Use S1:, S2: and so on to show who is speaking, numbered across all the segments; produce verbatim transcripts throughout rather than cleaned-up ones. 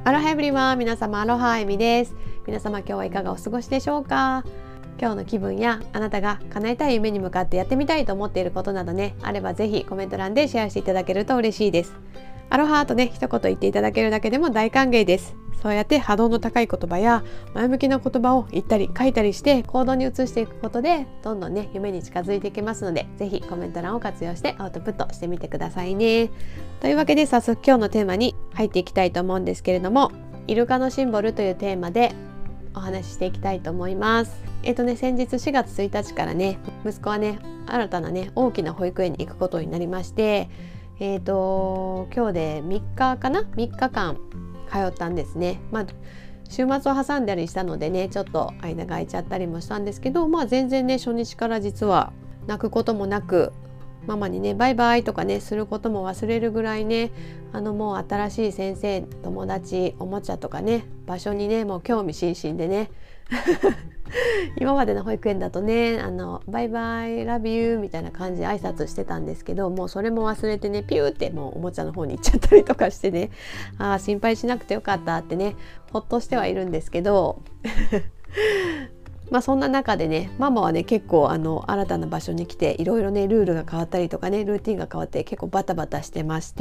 S1: アロハエブリワン、皆様アロハエミです。皆様今日はいかがお過ごしでしょうか。今日の気分やあなたが叶えたい夢に向かってやってみたいと思っていることなどね、あればぜひコメント欄でシェアしていただけると嬉しいです。アロハとね一言言っていただけるだけでも大歓迎です。そうやって波動の高い言葉や前向きな言葉を言ったり書いたりして行動に移していくことでどんどんね夢に近づいていきますので、ぜひコメント欄を活用してアウトプットしてみてくださいね。というわけで早速今日のテーマに入っていきたいと思うんですけれども、イルカのシンボルというテーマでお話ししていきたいと思います。えっとね先日しがつついたちからね息子はね新たなね大きな保育園に行くことになりまして、えっと今日でみっかかなみっかかん通ったんですね。まあ週末を挟んだりしたのでねちょっと間が空いちゃったりもしたんですけど、まあ全然ね初日から実は泣くこともなく、ママにねバイバイとかねすることも忘れるぐらいね、あのもう新しい先生、友達、おもちゃとかね場所にねもう興味津々でね今までの保育園だとねあのバイバイラビューみたいな感じで挨拶してたんですけど、もうそれも忘れてねピューってもうおもちゃの方に行っちゃったりとかしてね、あー心配しなくてよかったってねほっとしてはいるんですけどまあそんな中でねママはね結構あの新たな場所に来ていろいろねルールが変わったりとかねルーティンが変わって結構バタバタしてまして、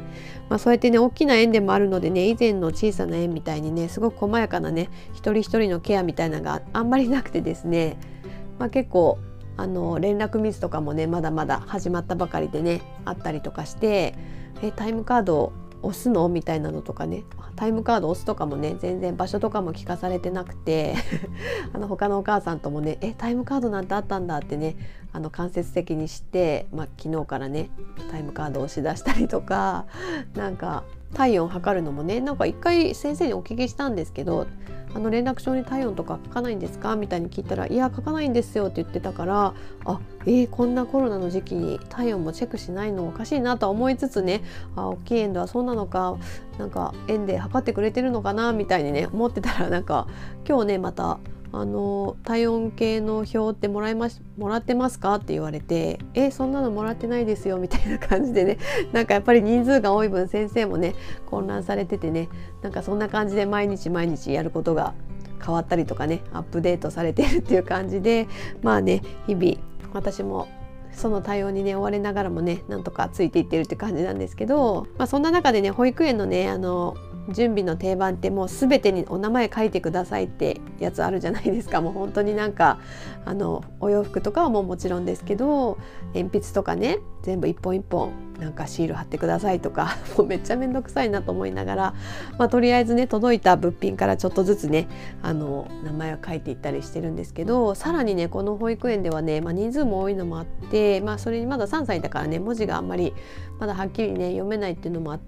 S1: まあ、そうやってね大きな園でもあるのでね以前の小さな園みたいにねすごく細やかなね一人一人のケアみたいなのがあんまりなくてですね、まあ、結構あの連絡ミスとかもねまだまだ始まったばかりでねあったりとかして、えタイムカードを押すのみたいなのとかね、タイムカード押すとかもね全然場所とかも聞かされてなくてあの他のお母さんともねえタイムカードなんてあったんだってねあの間接的に知って、まあ、昨日からねタイムカードを押し出したりとか、なんか体温測るのもねなんか一回先生にお聞きしたんですけど、あの連絡帳に体温とか書かないんですかみたいに聞いたら、いや書かないんですよって言ってたから、あえー、こんなコロナの時期に体温もチェックしないのおかしいなとは思いつつね、あ大きい園ではそうなのか、なんか園で測ってくれてるのかなみたいにね思ってたら、なんか今日ねまたあの体温計の表ってもらいましもらってますかって言われて、えそんなのもらってないですよみたいな感じでね、なんかやっぱり人数が多い分先生もね混乱されててね、なんかそんな感じで毎日毎日やることが変わったりとかねアップデートされているっていう感じで、まあね日々私もその対応にね追われながらもねなんとかついていってるって感じなんですけど、まあ、そんな中でね保育園のねあの準備の定番ってもう全てにお名前書いてくださいってやつあるじゃないですか。もう本当になんかあのお洋服とかはもうもちろんですけど、鉛筆とかね全部一本一本なんかシール貼ってくださいとかもうめっちゃめんどくさいなと思いながら、まあ、とりあえずね届いた物品からちょっとずつねあの名前を書いていったりしてるんですけど、さらにねこの保育園ではね、まあ、人数も多いのもあって、まあ、それにまださんさいだからね文字があんまりまだはっきりね読めないっていうのもあって、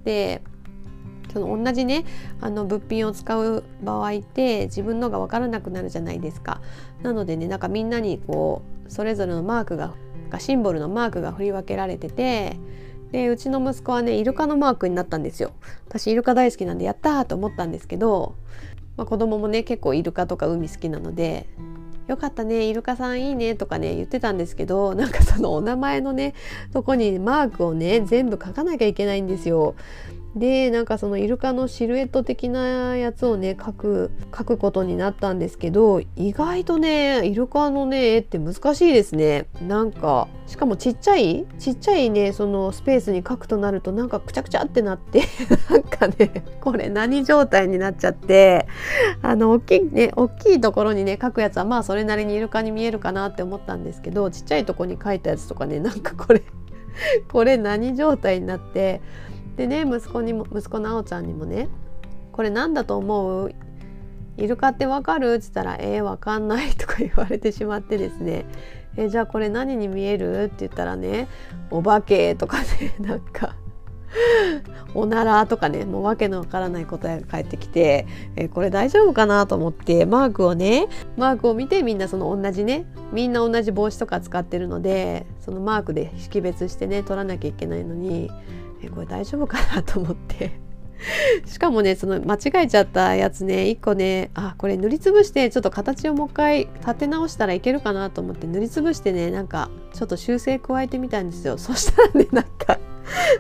S1: その同じねあの物品を使う場合って自分のが分からなくなるじゃないですか。なのでねなんかみんなにこうそれぞれのマークがシンボルのマークが振り分けられてて、でうちの息子はねイルカのマークになったんですよ。私イルカ大好きなんでやったーと思ったんですけど、まあ、子供もね結構イルカとか海好きなのでよかったねイルカさんいいねとかね言ってたんですけど、なんかそのお名前のねとこにマークをね全部書かなきゃいけないんですよ。でなんかそのイルカのシルエット的なやつをね描く描くことになったんですけど、意外とねイルカのね絵って難しいですね。なんかしかもちっちゃいちっちゃいねそのスペースに描くとなるとなんかくちゃくちゃってなってなんかねこれ何状態になっちゃって、あの大きいね大きいところにね描くやつはまあそれなりにイルカに見えるかなって思ったんですけど、ちっちゃいところに描いたやつとかねなんかこれこれ何状態になって、でね息子にも息子のあおちゃんにもねこれなんだと思うイルカってわかるって言ったらえー、わかんないとか言われてしまってですね、えー、じゃあこれ何に見えるって言ったらねお化けとかねなんかおならとかねもうわけのわからない答えが返ってきて、えー、これ大丈夫かなと思ってマークをねマークを見てみんなその同じねみんな同じ帽子とか使ってるのでそのマークで識別してね取らなきゃいけないのに、えこれ大丈夫かなと思ってしかもねその間違えちゃったやつねいっこねあこれ塗りつぶしてちょっと形をもう一回立て直したらいけるかなと思って塗りつぶしてねなんかちょっと修正加えてみたんですよ。そしたらねなんか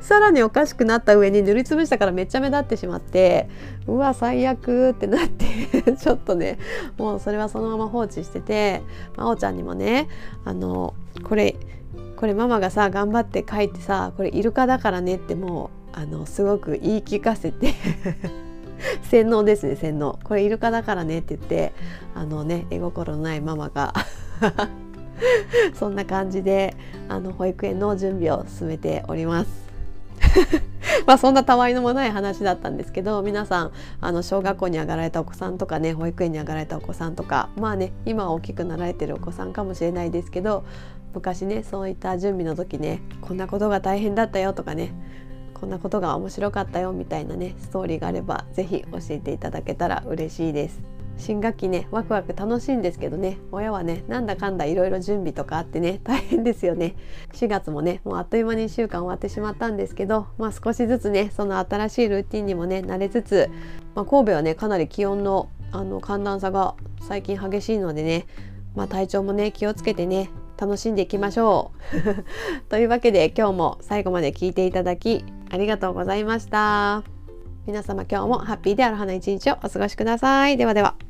S1: さらにおかしくなった上に塗りつぶしたからめっちゃ目立ってしまって、うわ最悪ってなってちょっとねもうそれはそのまま放置してて、まおちゃんにもねあのこれこれママがさ頑張って描いてさ、これイルカだからねってもうあのすごく言い聞かせて洗脳ですね、洗脳。これイルカだからねって言ってあのね絵心のないママがそんな感じであの保育園の準備を進めておりますまあそんなたわいのもない話だったんですけど、皆さんあの小学校に上がられたお子さんとかね、保育園に上がられたお子さんとか、まあね今は大きくなられてるお子さんかもしれないですけど、昔ねそういった準備の時ねこんなことが大変だったよとかね、こんなことが面白かったよみたいなねストーリーがあればぜひ教えていただけたら嬉しいです。新学期ねワクワク楽しいんですけどね、親はねなんだかんだいろいろ準備とかあってね大変ですよね。しがつもねもうあっという間にいっしゅうかん終わってしまったんですけど、まあ少しずつねその新しいルーティンにもね慣れつつ、まあ、神戸はねかなり気温のあの寒暖差が最近激しいのでね、まあ、体調もね気をつけてね楽しんでいきましょうというわけで今日も最後まで聞いていただきありがとうございました。皆様今日もハッピーである花一日をお過ごしください。ではでは。